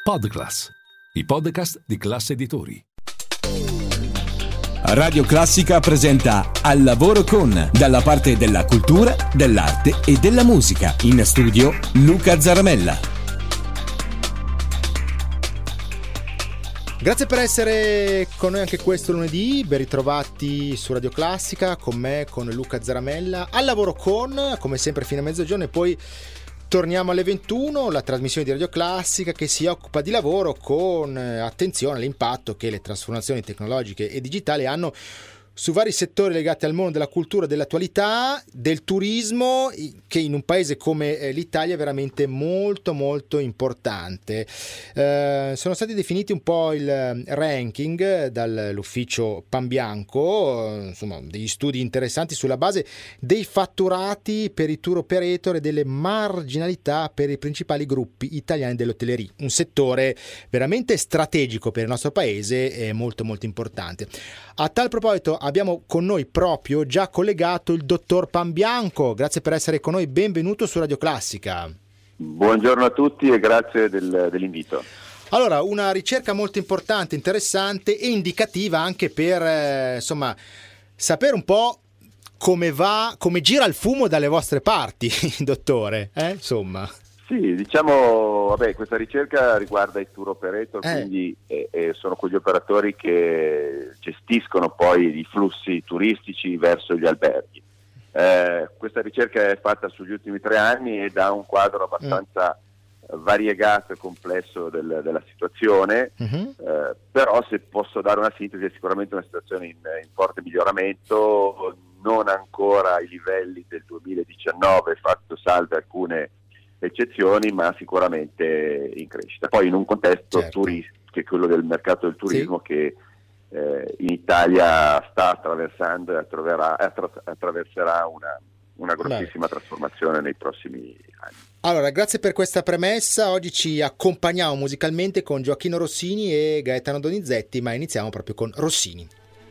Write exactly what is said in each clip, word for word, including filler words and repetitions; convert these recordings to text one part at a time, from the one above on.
Podclass, i podcast di Class Editori. Radio Classica presenta Al lavoro con, dalla parte della cultura, dell'arte e della musica. In studio Luca Zaramella. Grazie per essere con noi anche questo lunedì, ben ritrovati su Radio Classica con me, con Luca Zaramella. Al lavoro con, come sempre fino a mezzogiorno, e poi torniamo alle ventuno, la trasmissione di Radio Classica che si occupa di lavoro con attenzione all'impatto che le trasformazioni tecnologiche e digitali hanno su vari settori legati al mondo della cultura, dell'attualità, del turismo, che in un paese come l'Italia è veramente molto molto importante. Eh, sono stati definiti un po' il ranking dall'ufficio Panbianco, insomma degli studi interessanti sulla base dei fatturati per i tour operator e delle marginalità per i principali gruppi italiani dell'hotellerie, un settore veramente strategico per il nostro paese e molto molto importante. A tal proposito abbiamo con noi proprio già collegato il dottor Panbianco. Grazie per essere con noi, benvenuto su Radio Classica. Buongiorno a tutti e grazie del, dell'invito. Allora, una ricerca molto importante, interessante e indicativa anche per eh, insomma sapere un po' come va, come gira il fumo dalle vostre parti, dottore, eh? Insomma. Sì, diciamo, vabbè, questa ricerca riguarda i tour operator, eh. quindi eh, eh, sono quegli operatori che gestiscono poi i flussi turistici verso gli alberghi. Eh, questa ricerca è fatta sugli ultimi tre anni e dà un quadro abbastanza mm. variegato e complesso del, della situazione, mm-hmm. eh, però se posso dare una sintesi è sicuramente una situazione in, in forte miglioramento, non ancora ai livelli del duemiladiciannove, fatto salve alcune eccezioni, ma sicuramente in crescita. Poi in un contesto certo. turistico, che è quello del mercato del turismo, sì. che eh, in Italia sta attraversando e attraverrà, attra- attraverserà una, una grossissima Beh. trasformazione nei prossimi anni. Allora, grazie per questa premessa. Oggi ci accompagniamo musicalmente con Gioacchino Rossini e Gaetano Donizetti, ma iniziamo proprio con Rossini.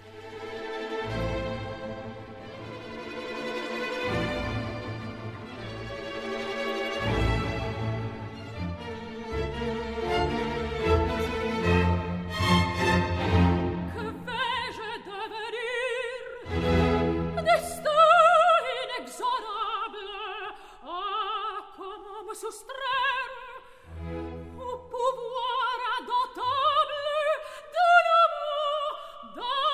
Soustraire au pouvoir adoptable de l'amour.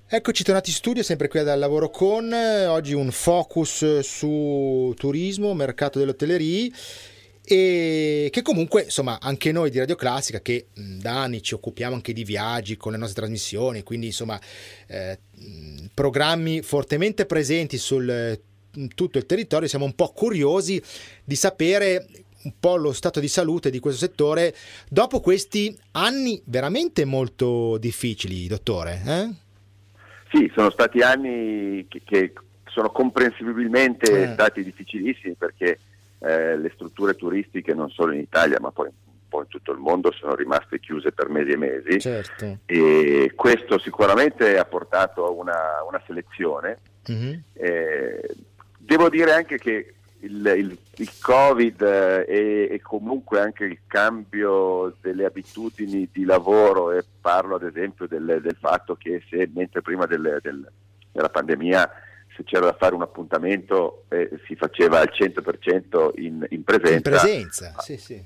Eccoci tornati in studio, sempre qui ad Al Lavoro Con, oggi un focus su turismo, mercato dell'hotellerie, e che comunque, insomma, anche noi di Radio Classica, che mh, da anni ci occupiamo anche di viaggi con le nostre trasmissioni, quindi insomma eh, programmi fortemente presenti sul tutto il territorio, siamo un po' curiosi di sapere un po' lo stato di salute di questo settore dopo questi anni veramente molto difficili, dottore, eh? Sì, sono stati anni che, che sono comprensibilmente eh. stati difficilissimi, perché eh, le strutture turistiche non solo in Italia ma poi un po' in tutto il mondo sono rimaste chiuse per mesi e mesi. Certo. E questo sicuramente ha portato a una, una selezione. Mm-hmm. Eh, devo dire anche che il, il, il Covid eh, e, e comunque anche il cambio delle abitudini di lavoro, e parlo ad esempio del, del fatto che se mentre prima del, del, della pandemia se c'era da fare un appuntamento eh, si faceva al cento per cento in, in presenza, in presenza sì, sì.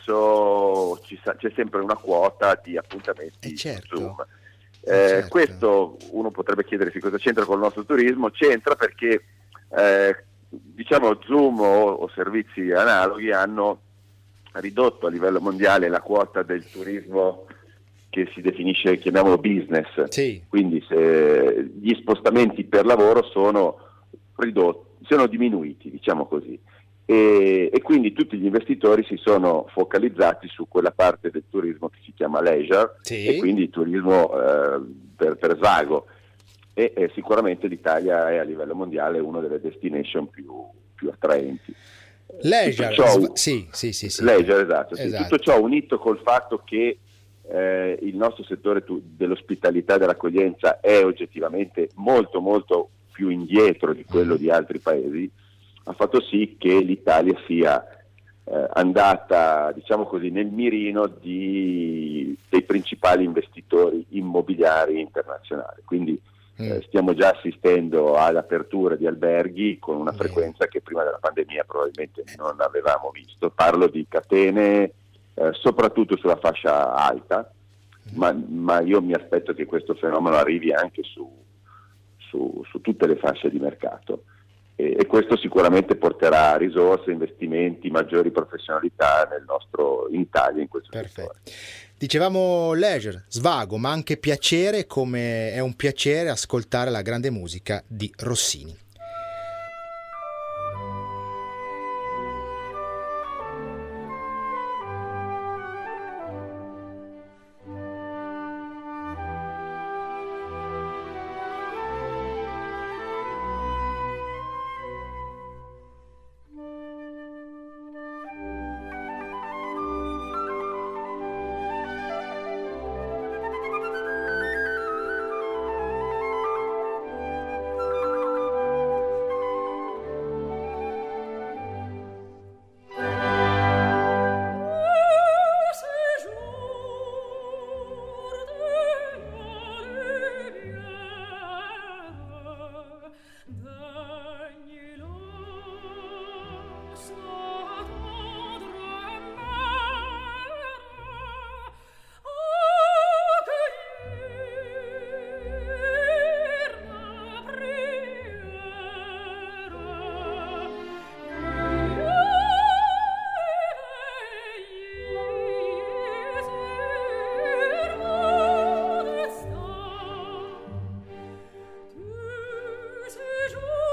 Adesso ci sa, c'è sempre una quota di appuntamenti eh certo. Zoom. Eh eh, certo. Questo uno potrebbe chiedersi cosa c'entra con il nostro turismo. C'entra perché eh, diciamo Zoom o, o servizi analoghi hanno ridotto a livello mondiale la quota del turismo che si definisce, chiamiamolo business, sì. Quindi se gli spostamenti per lavoro sono ridotti, sono diminuiti, diciamo così, e, e quindi tutti gli investitori si sono focalizzati su quella parte del turismo che si chiama leisure, sì. E quindi turismo eh, per, per svago. E, e sicuramente l'Italia è a livello mondiale una delle destination più, più attraenti. Leisure, ciò, sv- sì, sì, sì, sì. Leisure, esatto, sì. esatto. Tutto ciò unito col fatto che eh, il nostro settore tu- dell'ospitalità e dell'accoglienza è oggettivamente molto molto più indietro di quello di altri paesi, ha fatto sì che l'Italia sia eh, andata, diciamo così, nel mirino di, dei principali investitori immobiliari internazionali. Quindi Eh, stiamo già assistendo all'apertura di alberghi con una frequenza che prima della pandemia probabilmente non avevamo visto. Parlo di catene eh, soprattutto sulla fascia alta, ma, ma io mi aspetto che questo fenomeno arrivi anche su, su, su tutte le fasce di mercato, e, e questo sicuramente porterà risorse, investimenti, maggiori professionalità nel nostro, in Italia in questo Perfetto. settore. Dicevamo leisure, svago, ma anche piacere, come è un piacere ascoltare la grande musica di Rossini. Séjour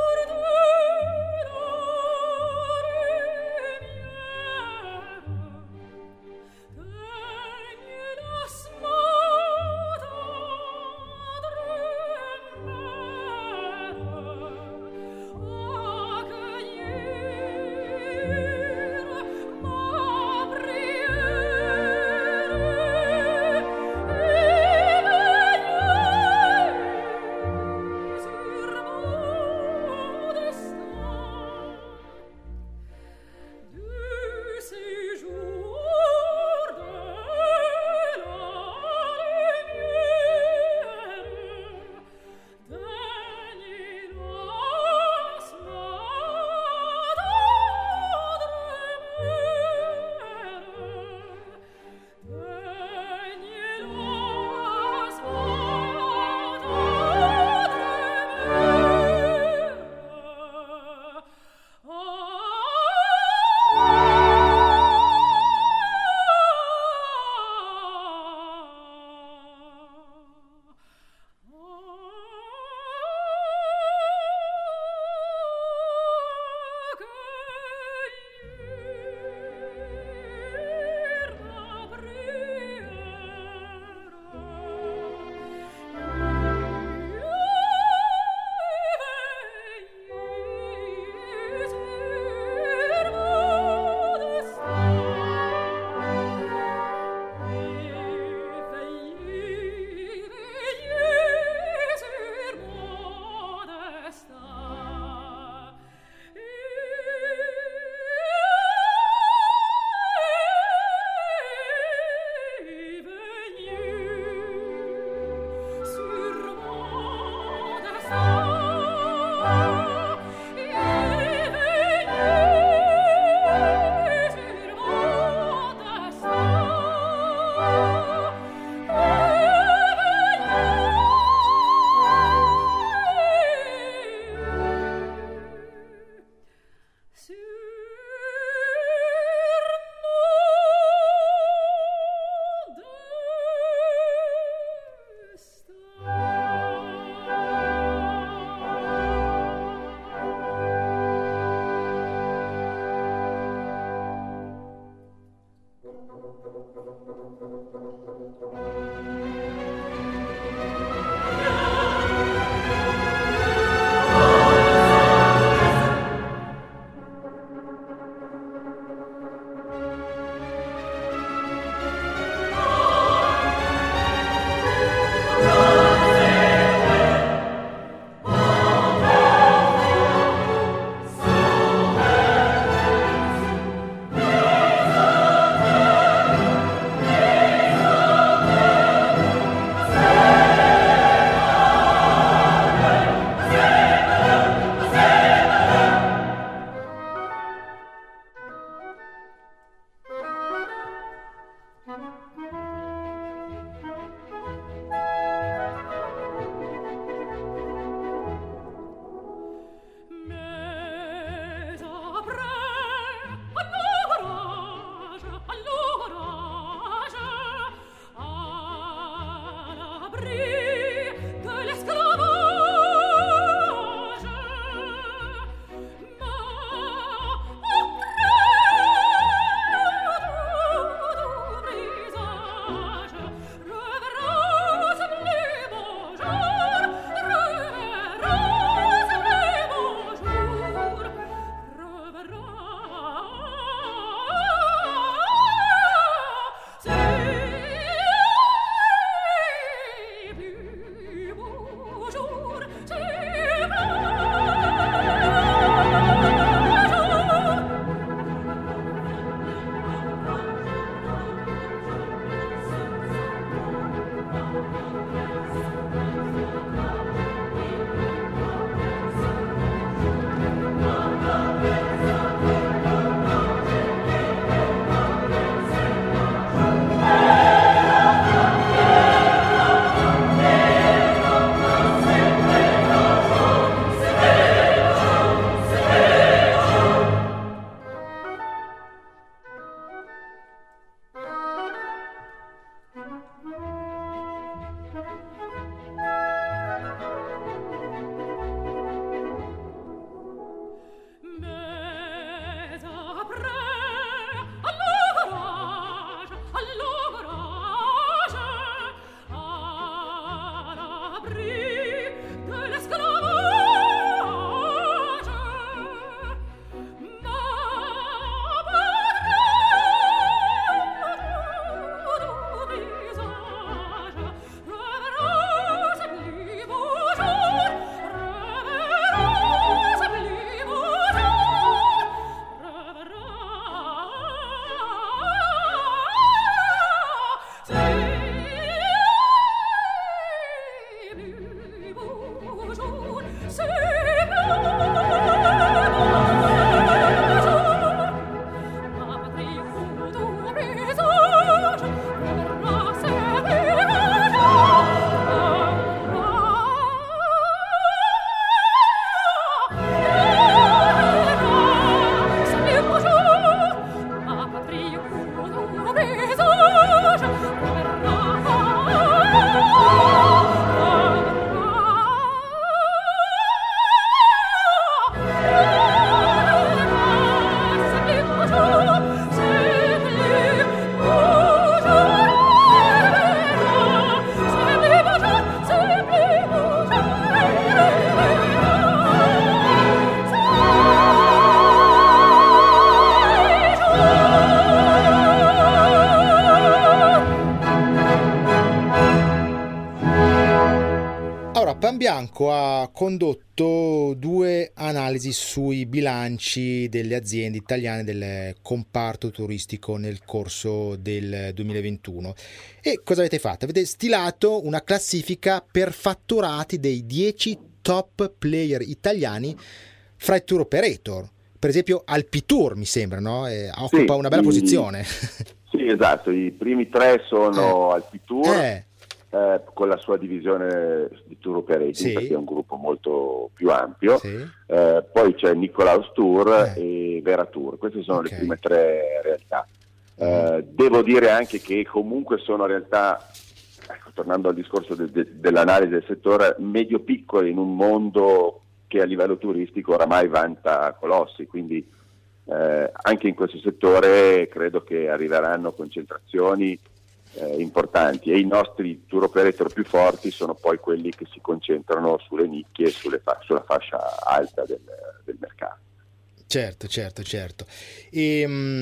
Bianco ha condotto due analisi sui bilanci delle aziende italiane del comparto turistico nel corso del duemilaventuno. E cosa avete fatto? Avete stilato una classifica per fatturati dei dieci top player italiani fra i tour operator. Per esempio Alpitour, mi sembra, no? Eh, occupa sì, una bella i, posizione. Sì, esatto. I primi tre sono eh. Alpitour. Eh. Eh, con la sua divisione di tour operating, sì. Perché è un gruppo molto più ampio, sì. eh, poi c'è Nicolaus Tour eh. e Vera Tour, queste sono okay. le prime tre realtà. Eh, mm. Devo dire anche che comunque sono realtà, ecco, tornando al discorso de- de- dell'analisi del settore, medio-piccole in un mondo che a livello turistico oramai vanta colossi, quindi eh, anche in questo settore credo che arriveranno concentrazioni Eh, importanti, e i nostri tour operator più forti sono poi quelli che si concentrano sulle nicchie e sulle fa- sulla fascia alta del, del mercato. Certo, certo, certo. E,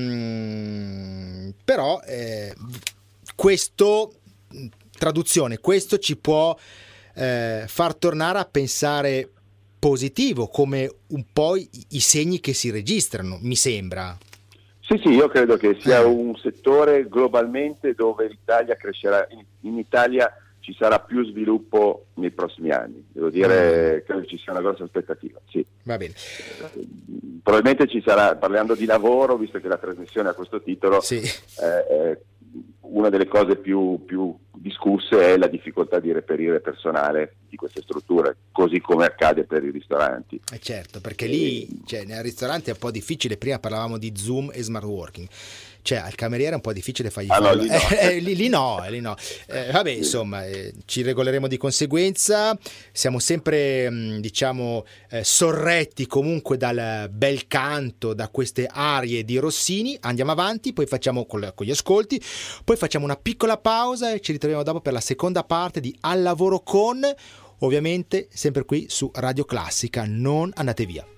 mh, però eh, questo, traduzione, questo ci può eh, far tornare a pensare positivo, come un po' i, i segni che si registrano, mi sembra. Sì, sì, io credo che sia un settore globalmente dove l'Italia crescerà, in, in Italia ci sarà più sviluppo nei prossimi anni, devo dire, credo che ci sia una grossa aspettativa, sì. Va bene. Probabilmente ci sarà, parlando di lavoro, visto che la trasmissione ha questo titolo, sì. eh, eh, una delle cose più, più discusse è la difficoltà di reperire personale di queste strutture, così come accade per i ristoranti. Eh certo, perché lì, cioè, nel ristorante è un po' difficile, prima parlavamo di Zoom e smart working, cioè al cameriere è un po' difficile fargli ah, fare... no, lì no, eh, eh, lì, lì no, lì no. Eh, vabbè, insomma, eh, ci regoleremo di conseguenza, siamo sempre, mh, diciamo, eh, sorretti comunque dal bel canto, da queste arie di Rossini. Andiamo avanti, poi facciamo col, con gli ascolti, poi facciamo una piccola pausa e ci ritroviamo dopo per la seconda parte di Al Lavoro Con, ovviamente sempre qui su Radio Classica, non andate via.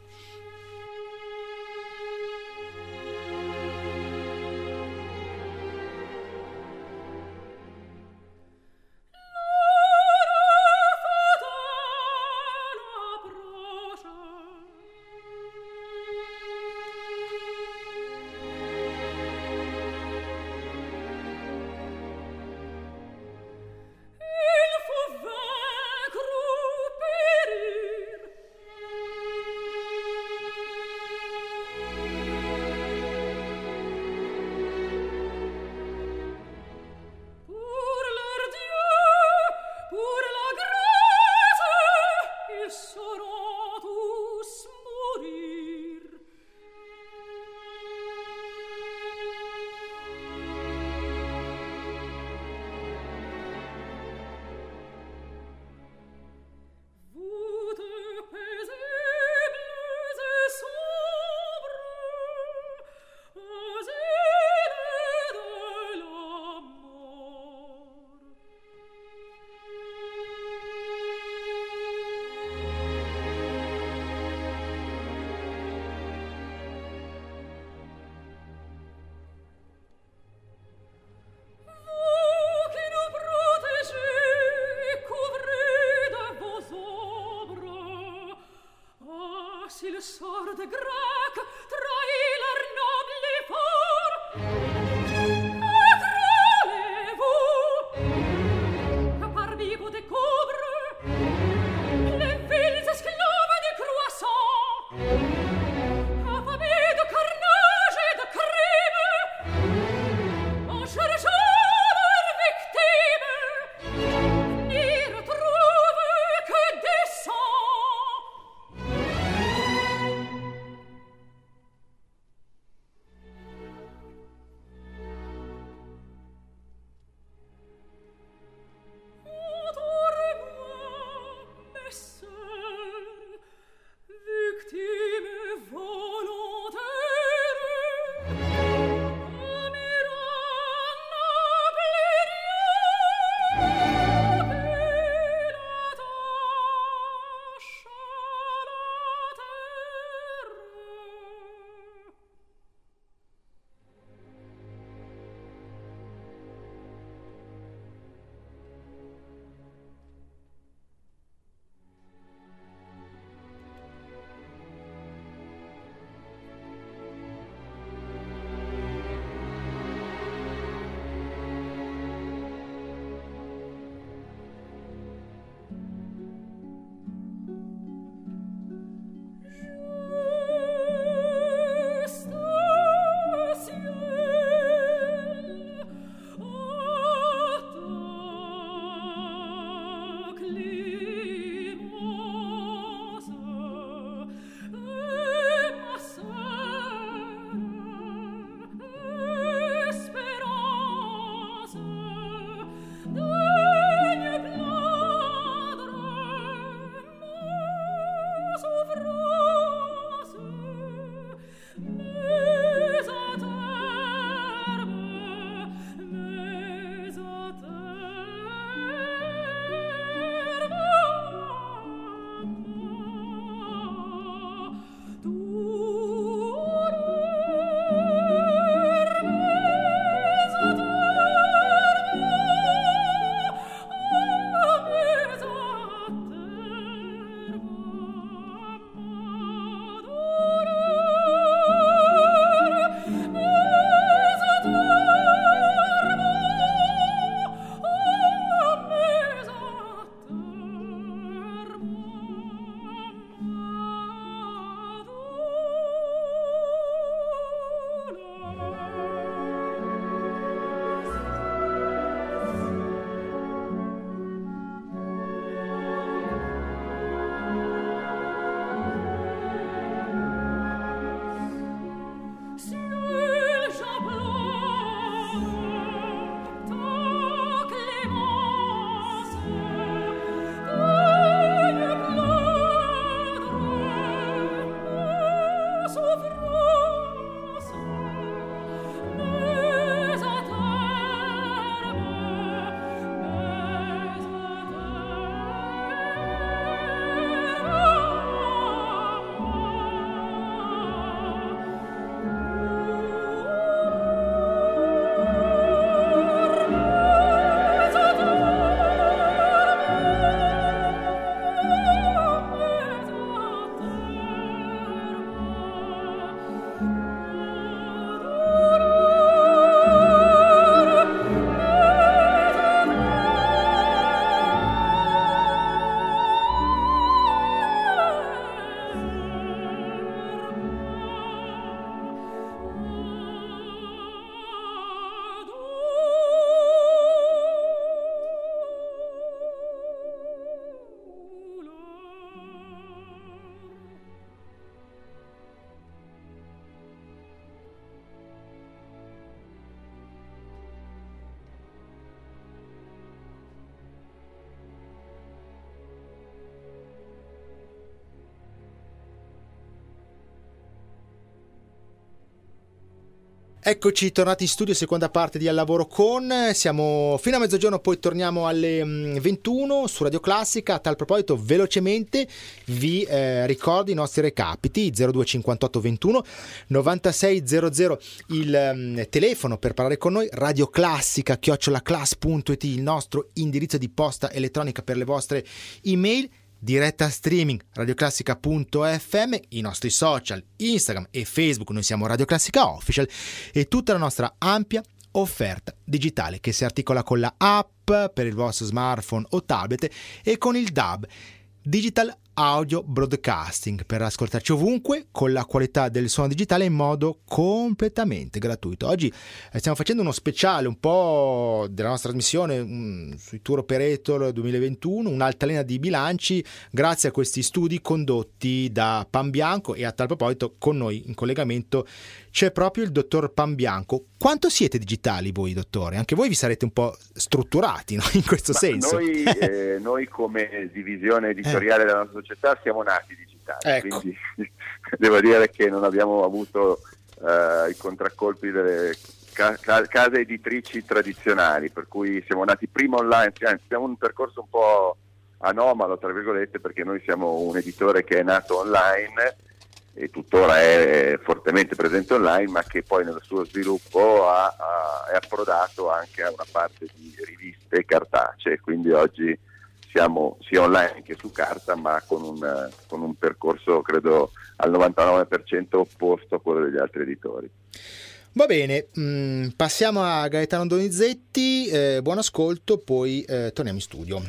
Eccoci tornati in studio, seconda parte di Al Lavoro Con. Siamo fino a mezzogiorno, poi torniamo alle ventuno su Radio Classica. A tal proposito, velocemente vi eh, ricordo i nostri recapiti: zero due cinquantotto ventuno novantasei zero zero il um, telefono per parlare con noi, radioclassica chiocciola class punto it il nostro indirizzo di posta elettronica per le vostre email. Diretta streaming radioclassica punto effe emme, i nostri social Instagram e Facebook, noi siamo Radio Classica Official, e tutta la nostra ampia offerta digitale che si articola con la app per il vostro smartphone o tablet e con il D A B, Digital Audio Broadcasting, per ascoltarci ovunque con la qualità del suono digitale in modo completamente gratuito. Oggi stiamo facendo uno speciale un po' della nostra trasmissione um, sui Tour Operator duemilaventuno, un'altalena di bilanci grazie a questi studi condotti da Panbianco, e a tal proposito con noi in collegamento c'è proprio il dottor Panbianco. Quanto siete digitali voi, dottore? Anche voi vi sarete un po' strutturati, no? In questo Ma senso. Noi, eh, noi come divisione editoriale eh. della nostra società siamo nati digitali, ecco. Quindi devo dire che non abbiamo avuto eh, i contraccolpi delle ca- ca- case editrici tradizionali, per cui siamo nati prima online, anzi abbiamo un percorso un po' anomalo, tra virgolette, perché noi siamo un editore che è nato online e tuttora è fortemente presente online, ma che poi nel suo sviluppo ha, ha, è approdato anche a una parte di riviste cartacee, quindi oggi siamo sia online che su carta, ma con un, con un percorso credo al novantanove per cento opposto a quello degli altri editori. Va bene, mh, passiamo a Gaetano Donizetti, eh, buon ascolto, poi eh, torniamo in studio.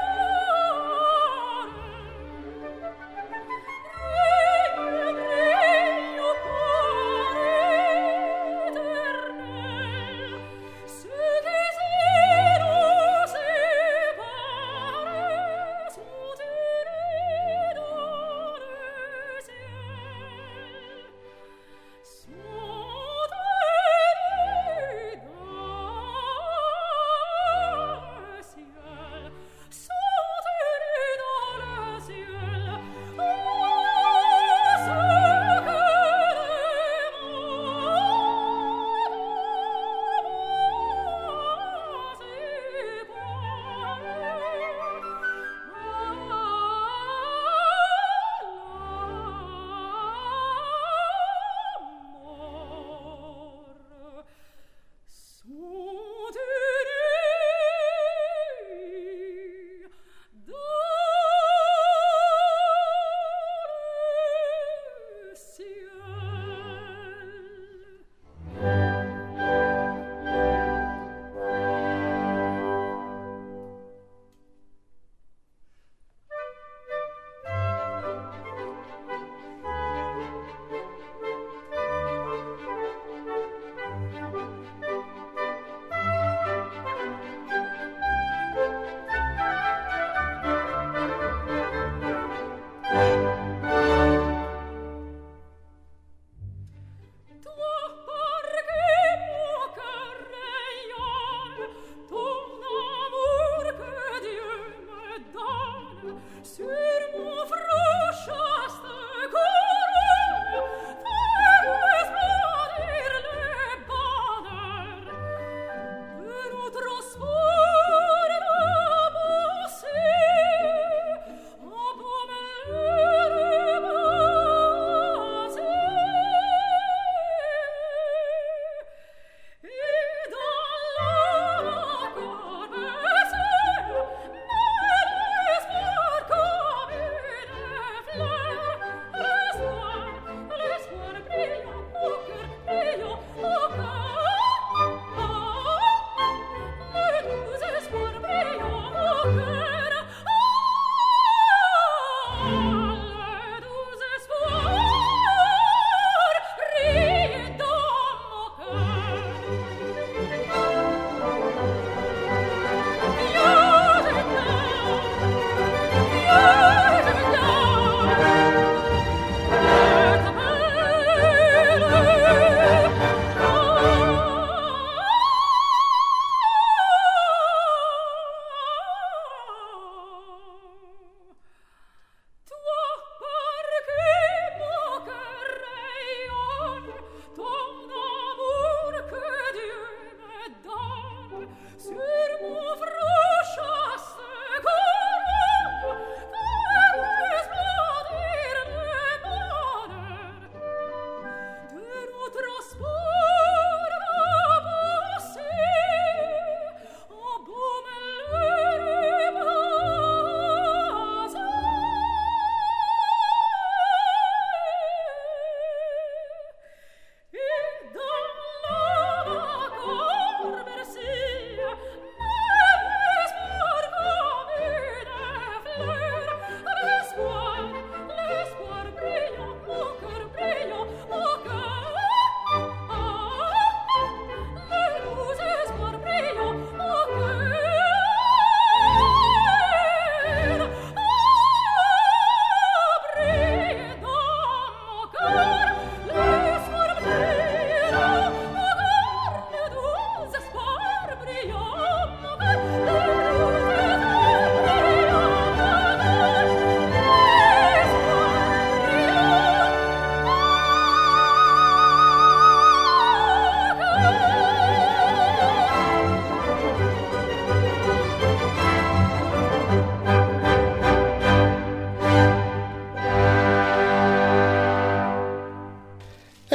Yeah.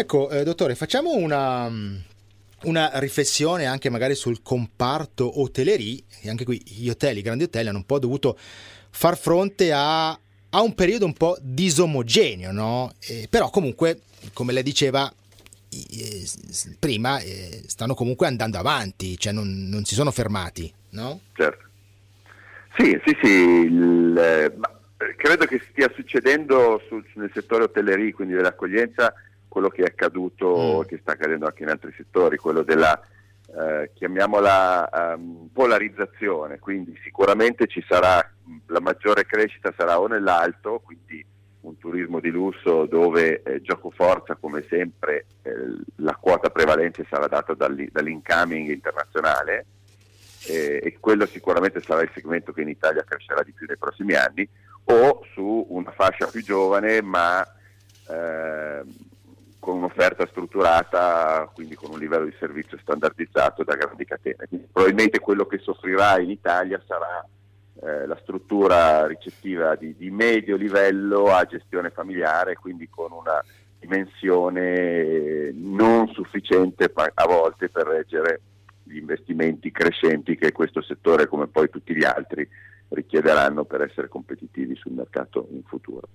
Ecco, eh, dottore, facciamo una, una riflessione anche magari sul comparto hotellerie, e anche qui gli hotel, i grandi hotel hanno un po' dovuto far fronte a, a un periodo un po' disomogeneo, no? Eh, però comunque, come lei diceva eh, prima, eh, stanno comunque andando avanti, cioè non, non si sono fermati, no? Certo. Sì, sì, sì, il, eh, credo che stia succedendo sul, nel settore hotellerie, quindi dell'accoglienza, quello che è accaduto, mm. che sta accadendo anche in altri settori, quello della, eh, chiamiamola, um, polarizzazione, quindi sicuramente ci sarà, la maggiore crescita sarà o nell'alto, quindi un turismo di lusso dove eh, gioco forza, come sempre, eh, la quota prevalente sarà data dall'incoming internazionale, eh, e quello sicuramente sarà il segmento che in Italia crescerà di più nei prossimi anni, o su una fascia più giovane ma eh, con un'offerta strutturata, quindi con un livello di servizio standardizzato da grandi catene. Quindi probabilmente quello che soffrirà in Italia sarà eh, la struttura ricettiva di, di medio livello a gestione familiare, quindi con una dimensione non sufficiente a volte per reggere gli investimenti crescenti che questo settore, come poi tutti gli altri, richiederanno per essere competitivi sul mercato in futuro.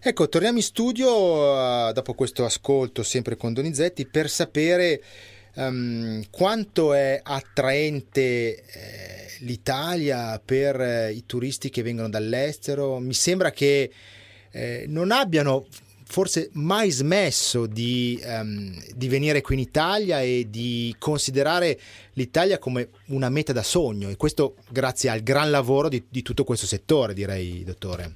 Ecco, torniamo in studio uh, dopo questo ascolto sempre con Donizetti per sapere um, quanto è attraente eh, l'Italia per eh, i turisti che vengono dall'estero. Mi sembra che eh, non abbiano forse mai smesso di, um, di venire qui in Italia e di considerare l'Italia come una meta da sogno, e questo grazie al gran lavoro di, di tutto questo settore, direi, dottore.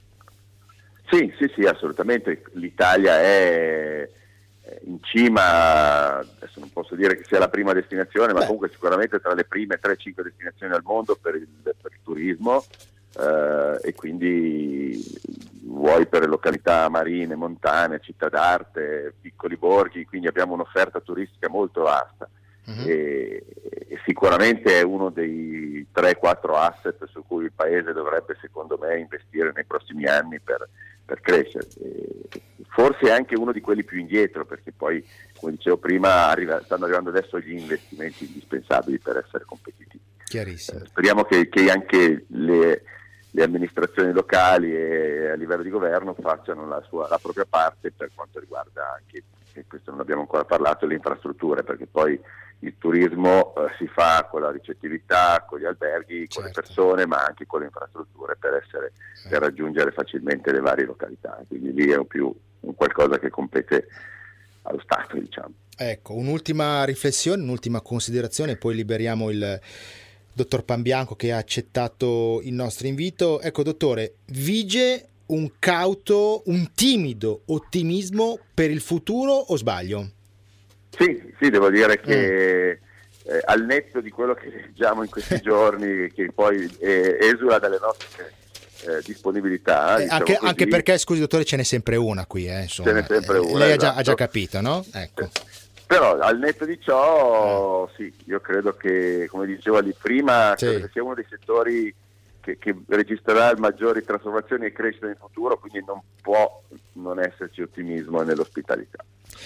Sì, sì, sì, assolutamente. L'Italia è in cima, adesso non posso dire che sia la prima destinazione, ma Beh. comunque sicuramente tra le prime tre cinque destinazioni al mondo per il, per il turismo, eh, e quindi vuoi per le località marine, montane, città d'arte, piccoli borghi, quindi abbiamo un'offerta turistica molto vasta. Uh-huh. e, e sicuramente è uno dei tre quattro asset su cui il Paese dovrebbe, secondo me, investire nei prossimi anni per per crescere. E forse è anche uno di quelli più indietro, perché poi, come dicevo prima, arriva, stanno arrivando adesso gli investimenti indispensabili per essere competitivi. Chiarissimo. Eh, speriamo che, che anche le, le amministrazioni locali e a livello di governo facciano la, sua, la propria parte per quanto riguarda anche, e questo non abbiamo ancora parlato, le infrastrutture, perché poi il turismo eh, si fa con la ricettività, con gli alberghi, con certo. le persone, ma anche con le infrastrutture per essere eh. per raggiungere facilmente le varie località. Quindi lì è un più un qualcosa che compete allo Stato, diciamo. Ecco, un'ultima riflessione, un'ultima considerazione, poi liberiamo il dottor Pambianco che ha accettato il nostro invito. Ecco, dottore, vige un cauto, un timido ottimismo per il futuro, o sbaglio? Sì, sì, devo dire che mm. eh, al netto di quello che leggiamo in questi giorni, che poi eh, esula dalle nostre eh, disponibilità. Eh, diciamo anche, così, anche perché, scusi dottore, ce n'è sempre una qui. Eh, insomma. Ce n'è sempre una. Lei ha già, esatto. ha già capito, no? Ecco. Eh, però al netto di ciò, eh. sì, io credo che, come dicevo lì prima, sì. credo che sia uno dei settori Che, che registrerà maggiori trasformazioni e crescita in futuro, quindi non può non esserci ottimismo nell'ospitalità.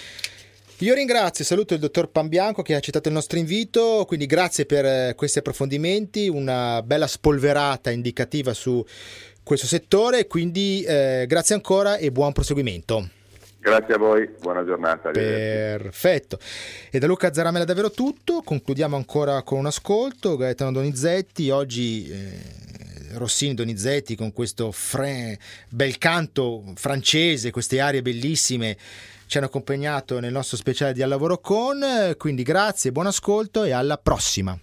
Io ringrazio e saluto il dottor Pambianco che ha accettato il nostro invito, quindi grazie per questi approfondimenti, una bella spolverata indicativa su questo settore, quindi eh, grazie ancora e buon proseguimento. Grazie a voi, buona giornata. Perfetto. E da Luca Zaramella è davvero tutto, concludiamo ancora con un ascolto. Gaetano Donizetti, oggi eh, Rossini Donizetti con questo fre, bel canto francese, queste arie bellissime ci hanno accompagnato nel nostro speciale di Al Lavoro Con, quindi grazie, buon ascolto e alla prossima.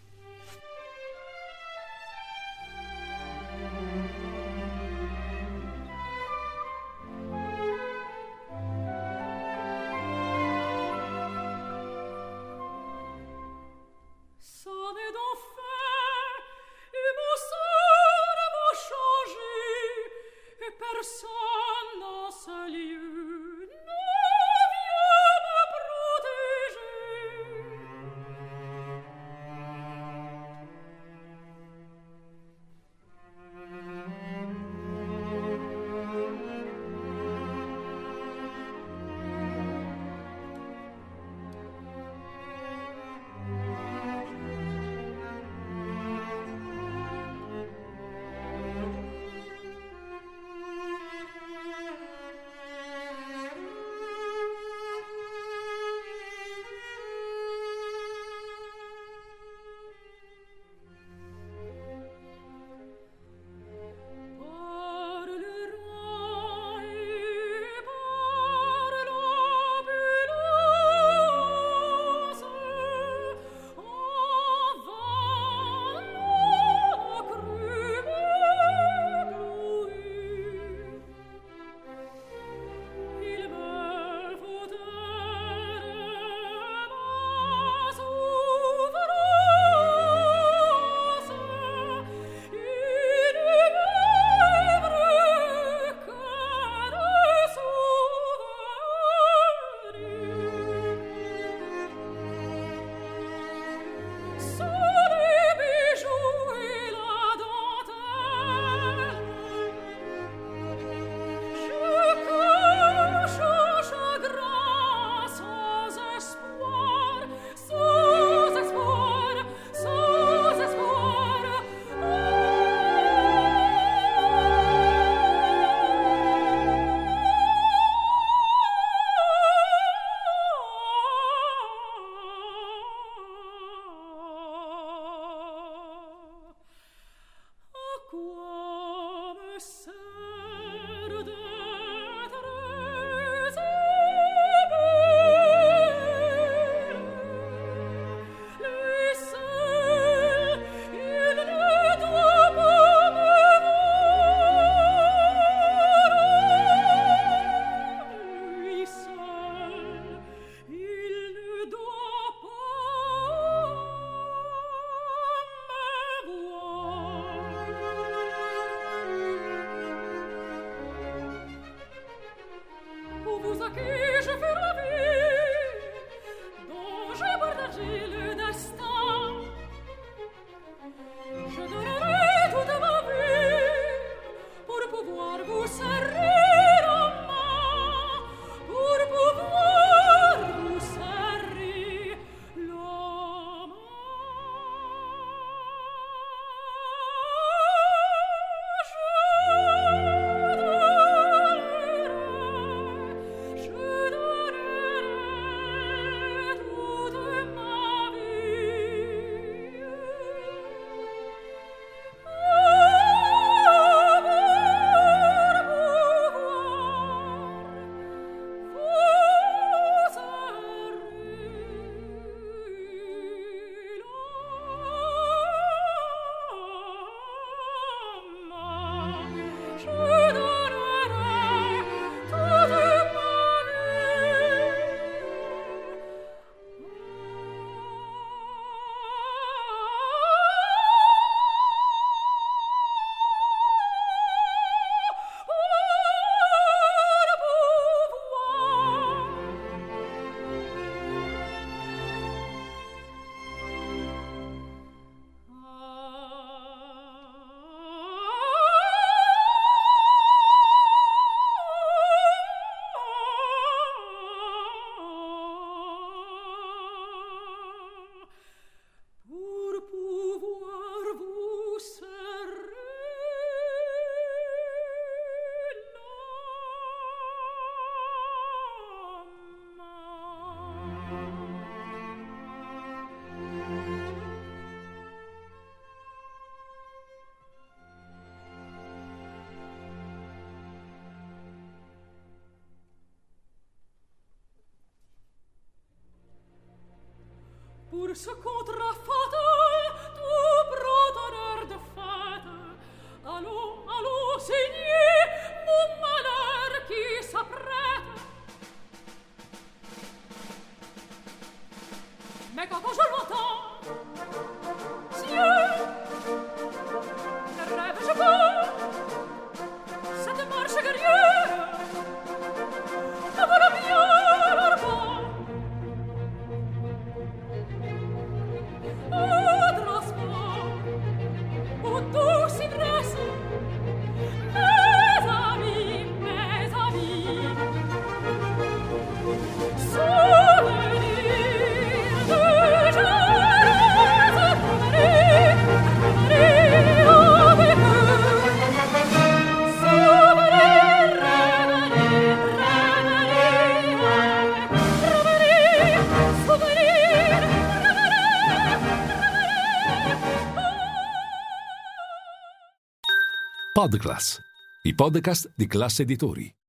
Podclass, i podcast di Classe Editori.